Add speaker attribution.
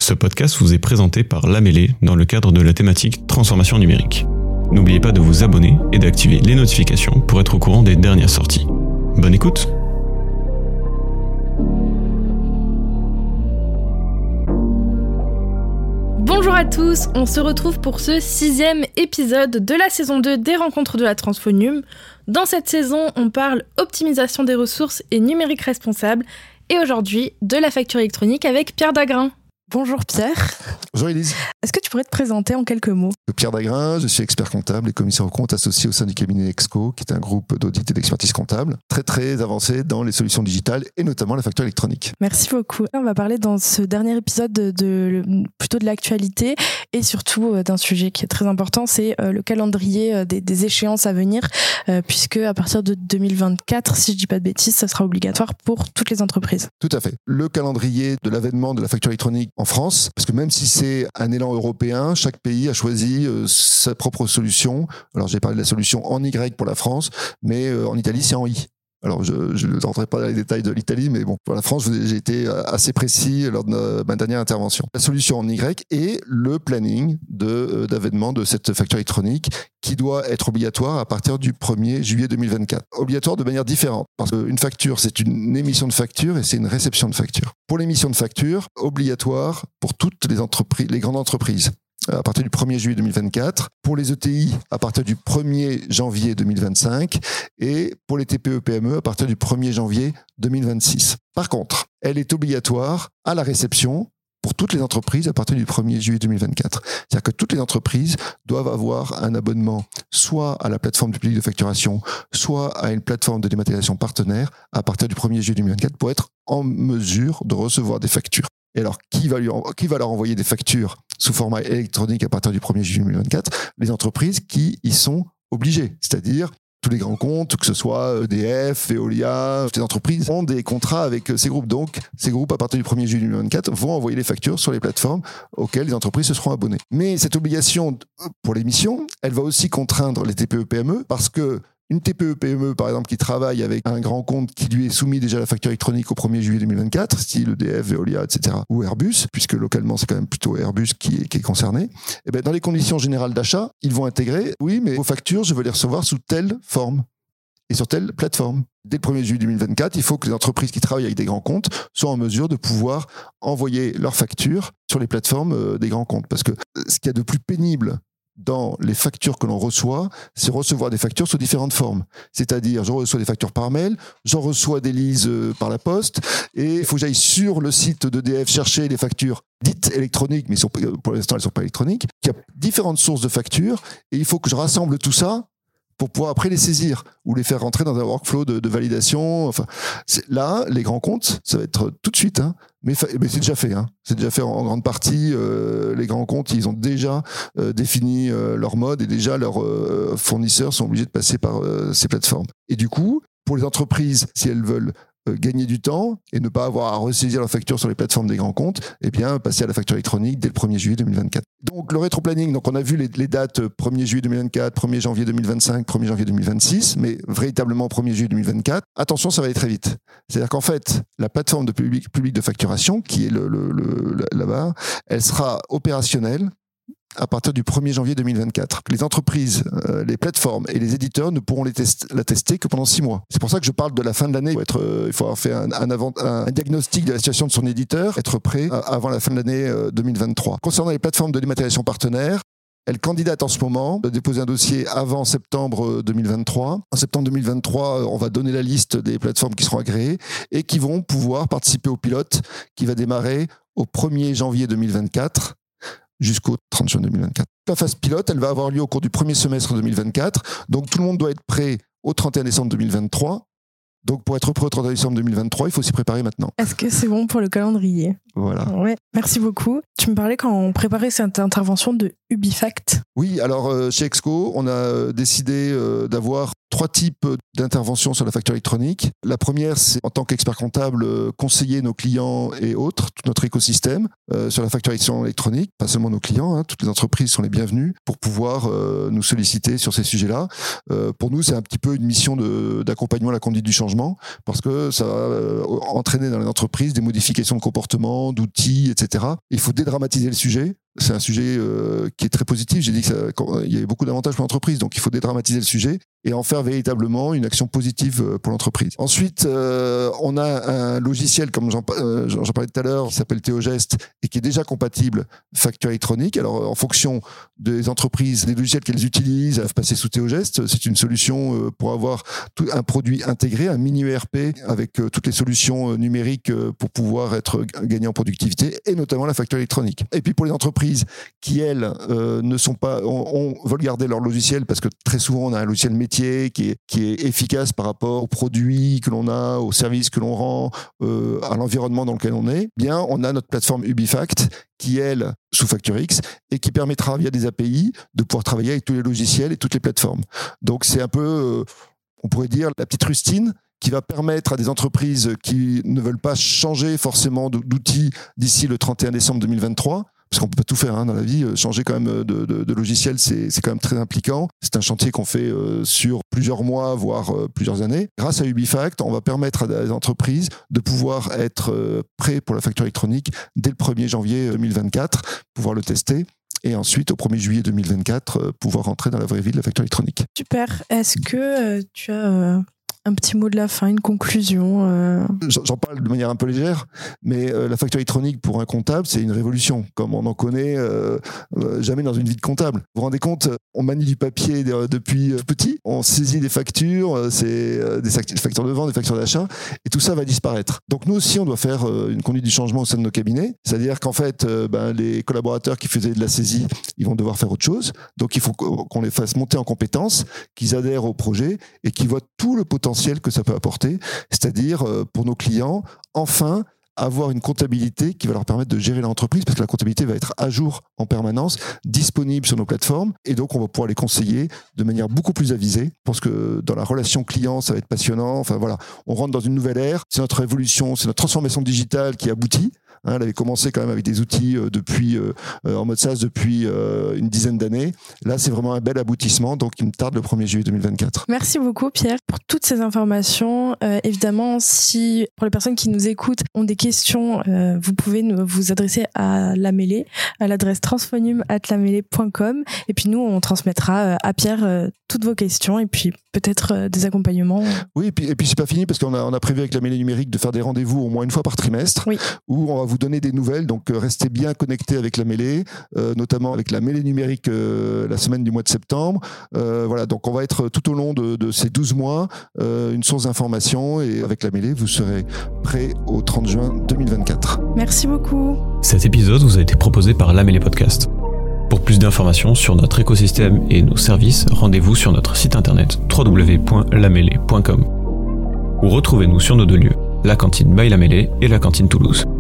Speaker 1: Ce podcast vous est présenté par La Mêlée dans le cadre de la thématique Transformation numérique. N'oubliez pas de vous abonner et d'activer les notifications pour être au courant des dernières sorties. Bonne écoute!
Speaker 2: Bonjour à tous, on se retrouve pour ce 6e épisode de la saison 2 des Rencontres de la Transfonum. Dans cette saison, on parle optimisation des ressources et numérique responsable. Et aujourd'hui, de la facture électronique avec Pierre Dagrin.
Speaker 3: Bonjour Pierre.
Speaker 4: Bonjour Élise.
Speaker 3: Est-ce que tu pourrais te présenter en quelques mots ?
Speaker 4: Pierre Dagrin, je suis expert comptable et commissaire aux comptes associé au sein du cabinet Exco, qui est un groupe d'audit et d'expertise comptable, très avancé dans les solutions digitales et notamment la facture électronique.
Speaker 3: Merci beaucoup. On va parler dans ce dernier épisode plutôt de l'actualité et surtout d'un sujet qui est très important, c'est le calendrier des échéances à venir, puisque à partir de 2024, si je dis pas de bêtises, ça sera obligatoire pour toutes les entreprises.
Speaker 4: Tout à fait. Le calendrier de l'avènement de la facture électronique en France, parce que même si c'est un élan européen, chaque pays a choisi sa propre solution. Alors j'ai parlé de la solution en Y pour la France, mais en Italie c'est en I. Alors je ne rentrerai pas dans les détails de l'Italie, mais bon, pour la France, j'ai été assez précis lors de ma dernière intervention. La solution en Y est le planning d'avènement de cette facture électronique qui doit être obligatoire à partir du 1er juillet 2024. Obligatoire de manière différente, parce qu'une facture, c'est une émission de facture et c'est une réception de facture. Pour l'émission de facture, obligatoire pour toutes les entreprises, les grandes entreprises, à partir du 1er juillet 2024, pour les ETI à partir du 1er janvier 2025 et pour les TPE-PME à partir du 1er janvier 2026. Par contre, elle est obligatoire à la réception pour toutes les entreprises à partir du 1er juillet 2024. C'est-à-dire que toutes les entreprises doivent avoir un abonnement soit à la plateforme du public de facturation, soit à une plateforme de dématérialisation partenaire à partir du 1er juillet 2024 pour être en mesure de recevoir des factures. Et alors, qui va leur envoyer des factures sous format électronique à partir du 1er juillet 2024 ? Les entreprises qui y sont obligées, c'est-à-dire tous les grands comptes, que ce soit EDF, Veolia, ces entreprises ont des contrats avec ces groupes. Donc, ces groupes, à partir du 1er juillet 2024, vont envoyer les factures sur les plateformes auxquelles les entreprises se seront abonnées. Mais cette obligation pour l'émission, elle va aussi contraindre les TPE-PME parce que une TPE-PME, par exemple, qui travaille avec un grand compte qui lui est soumis déjà la facture électronique au 1er juillet 2024, style EDF, Veolia, etc., ou Airbus, puisque localement, c'est quand même plutôt Airbus qui est concerné, et bien, dans les conditions générales d'achat, ils vont intégrer, oui, mais vos factures, je veux les recevoir sous telle forme et sur telle plateforme. Dès le 1er juillet 2024, il faut que les entreprises qui travaillent avec des grands comptes soient en mesure de pouvoir envoyer leurs factures sur les plateformes des grands comptes. Parce que ce qu'il y a de plus pénible dans les factures que l'on reçoit, c'est recevoir des factures sous différentes formes. C'est-à-dire, je reçois des factures par mail, j'en reçois des lises par la poste, et il faut que j'aille sur le site d'EDF chercher les factures dites électroniques, mais pour l'instant, elles ne sont pas électroniques. Il y a différentes sources de factures, et il faut que je rassemble tout ça pour pouvoir après les saisir ou les faire rentrer dans un workflow de validation. Enfin, là, les grands comptes, ça va être tout de suite, hein, mais c'est déjà fait. Hein. C'est déjà fait en grande partie. Les grands comptes, ils ont déjà défini leur mode et déjà leurs fournisseurs sont obligés de passer par ces plateformes. Et du coup, pour les entreprises, si elles veulent gagner du temps et ne pas avoir à ressaisir leur facture sur les plateformes des grands comptes, eh bien, passer à la facture électronique dès le 1er juillet 2024. Donc, le rétro-planning, donc on a vu les dates 1er juillet 2024, 1er janvier 2025, 1er janvier 2026, mais véritablement 1er juillet 2024. Attention, ça va aller très vite. C'est-à-dire qu'en fait, la plateforme de public de facturation, qui est là-bas, elle sera opérationnelle à partir du 1er janvier 2024. Les entreprises, les plateformes et les éditeurs ne pourront la tester que pendant 6 mois. C'est pour ça que je parle de la fin de l'année. Il faut avoir fait un diagnostic de la situation de son éditeur, être prêt avant la fin de l'année 2023. Concernant les plateformes de dématérialisation partenaires, elles candidatent en ce moment de déposer un dossier avant septembre 2023. En septembre 2023, on va donner la liste des plateformes qui seront agréées et qui vont pouvoir participer au pilote qui va démarrer au 1er janvier 2024 jusqu'au 30 juin 2024. La phase pilote, elle va avoir lieu au cours du premier semestre 2024. Donc, tout le monde doit être prêt au 31 décembre 2023. Donc, pour être prêt au 31 décembre 2023, il faut s'y préparer maintenant.
Speaker 3: Est-ce que c'est bon pour le calendrier ?
Speaker 4: Voilà.
Speaker 3: Ouais, merci beaucoup. Tu me parlais quand on préparait cette intervention de Ubifact.
Speaker 4: Oui, alors chez Exco, on a décidé d'avoir 3 types d'interventions sur la facture électronique. La première, c'est en tant qu'expert comptable, conseiller nos clients et autres, tout notre écosystème sur la facturation électronique, pas seulement nos clients, toutes les entreprises sont les bienvenues pour pouvoir nous solliciter sur ces sujets-là. Pour nous, c'est un petit peu une mission d'accompagnement à la conduite du changement, parce que ça va entraîner dans les entreprises des modifications de comportement, d'outils, etc. Il faut dédramatiser le sujet. C'est un sujet qui est très positif. J'ai dit qu'il y avait beaucoup d'avantages pour l'entreprise, donc il faut dédramatiser le sujet et en faire véritablement une action positive pour l'entreprise. Ensuite, on a un logiciel, comme j'en parlais tout à l'heure, qui s'appelle Théogest et qui est déjà compatible facture électronique. Alors, en fonction des entreprises, des logiciels qu'elles utilisent, elles peuvent passer sous Théogest. C'est une solution pour avoir un produit intégré, un mini ERP avec toutes les solutions numériques pour pouvoir être gagné en productivité et notamment la facture électronique. Et puis pour les entreprises qui, elles, ne sont pas, veulent garder leur logiciel parce que très souvent on a un logiciel métier qui est efficace par rapport aux produits que l'on a, aux services que l'on rend, à l'environnement dans lequel on est, bien on a notre plateforme Ubifact qui, elle, sous FactureX, et qui permettra via des API de pouvoir travailler avec tous les logiciels et toutes les plateformes. Donc c'est un peu, on pourrait dire, la petite rustine qui va permettre à des entreprises qui ne veulent pas changer forcément d'outils d'ici le 31 décembre 2023, parce qu'on peut pas tout faire dans la vie, changer quand même de logiciel, c'est quand même très impliquant. C'est un chantier qu'on fait sur plusieurs mois, voire plusieurs années. Grâce à Ubifact, on va permettre à des entreprises de pouvoir être prêts pour la facture électronique dès le 1er janvier 2024, pouvoir le tester. Et ensuite, au 1er juillet 2024, pouvoir rentrer dans la vraie vie de la facture électronique.
Speaker 3: Super. Est-ce que tu as un petit mot de la fin, une conclusion
Speaker 4: J'en parle de manière un peu légère, mais la facture électronique pour un comptable, c'est une révolution, comme on n'en connaît jamais dans une vie de comptable. Vous vous rendez compte, on manie du papier depuis petit, on saisit des factures, c'est des factures de vente, des factures d'achat, et tout ça va disparaître. Donc nous aussi, on doit faire une conduite du changement au sein de nos cabinets, c'est-à-dire qu'en fait, les collaborateurs qui faisaient de la saisie, ils vont devoir faire autre chose, donc il faut qu'on les fasse monter en compétences, qu'ils adhèrent au projet et qu'ils voient tout le potentiel que ça peut apporter, c'est-à-dire pour nos clients, enfin avoir une comptabilité qui va leur permettre de gérer l'entreprise, parce que la comptabilité va être à jour en permanence, disponible sur nos plateformes, et donc on va pouvoir les conseiller de manière beaucoup plus avisée. Je pense que dans la relation client, ça va être passionnant. Enfin voilà, on rentre dans une nouvelle ère, c'est notre révolution, c'est notre transformation digitale qui aboutit. Elle avait commencé quand même avec des outils en mode SaaS depuis une dizaine d'années. Là, c'est vraiment un bel aboutissement, donc il me tarde le 1er juillet 2024.
Speaker 3: Merci beaucoup, Pierre, pour toutes ces informations. Évidemment, si pour les personnes qui nous écoutent ont des questions, vous pouvez vous adresser à La Mêlée, à l'adresse transphonium@lamêlée.com. Et puis nous, on transmettra à Pierre toutes vos questions et puis peut-être des accompagnements.
Speaker 4: Oui, et puis c'est pas fini parce qu'on a prévu avec La Mêlée numérique de faire des rendez-vous au moins une fois par trimestre,
Speaker 3: oui,
Speaker 4: où on va vous donner des nouvelles. Donc restez bien connectés avec La Mêlée, notamment avec La Mêlée numérique la semaine du mois de septembre. Voilà, donc on va être tout au long de ces 12 mois une source d'information, et avec La Mêlée, vous serez prêts au 30 juin 2024.
Speaker 3: Merci beaucoup.
Speaker 1: Cet épisode vous a été proposé par La Mêlée Podcast. Pour plus d'informations sur notre écosystème et nos services, rendez-vous sur notre site internet www.lamêlée.com ou retrouvez-nous sur nos 2 lieux, la cantine by La Mêlée et la cantine Toulouse.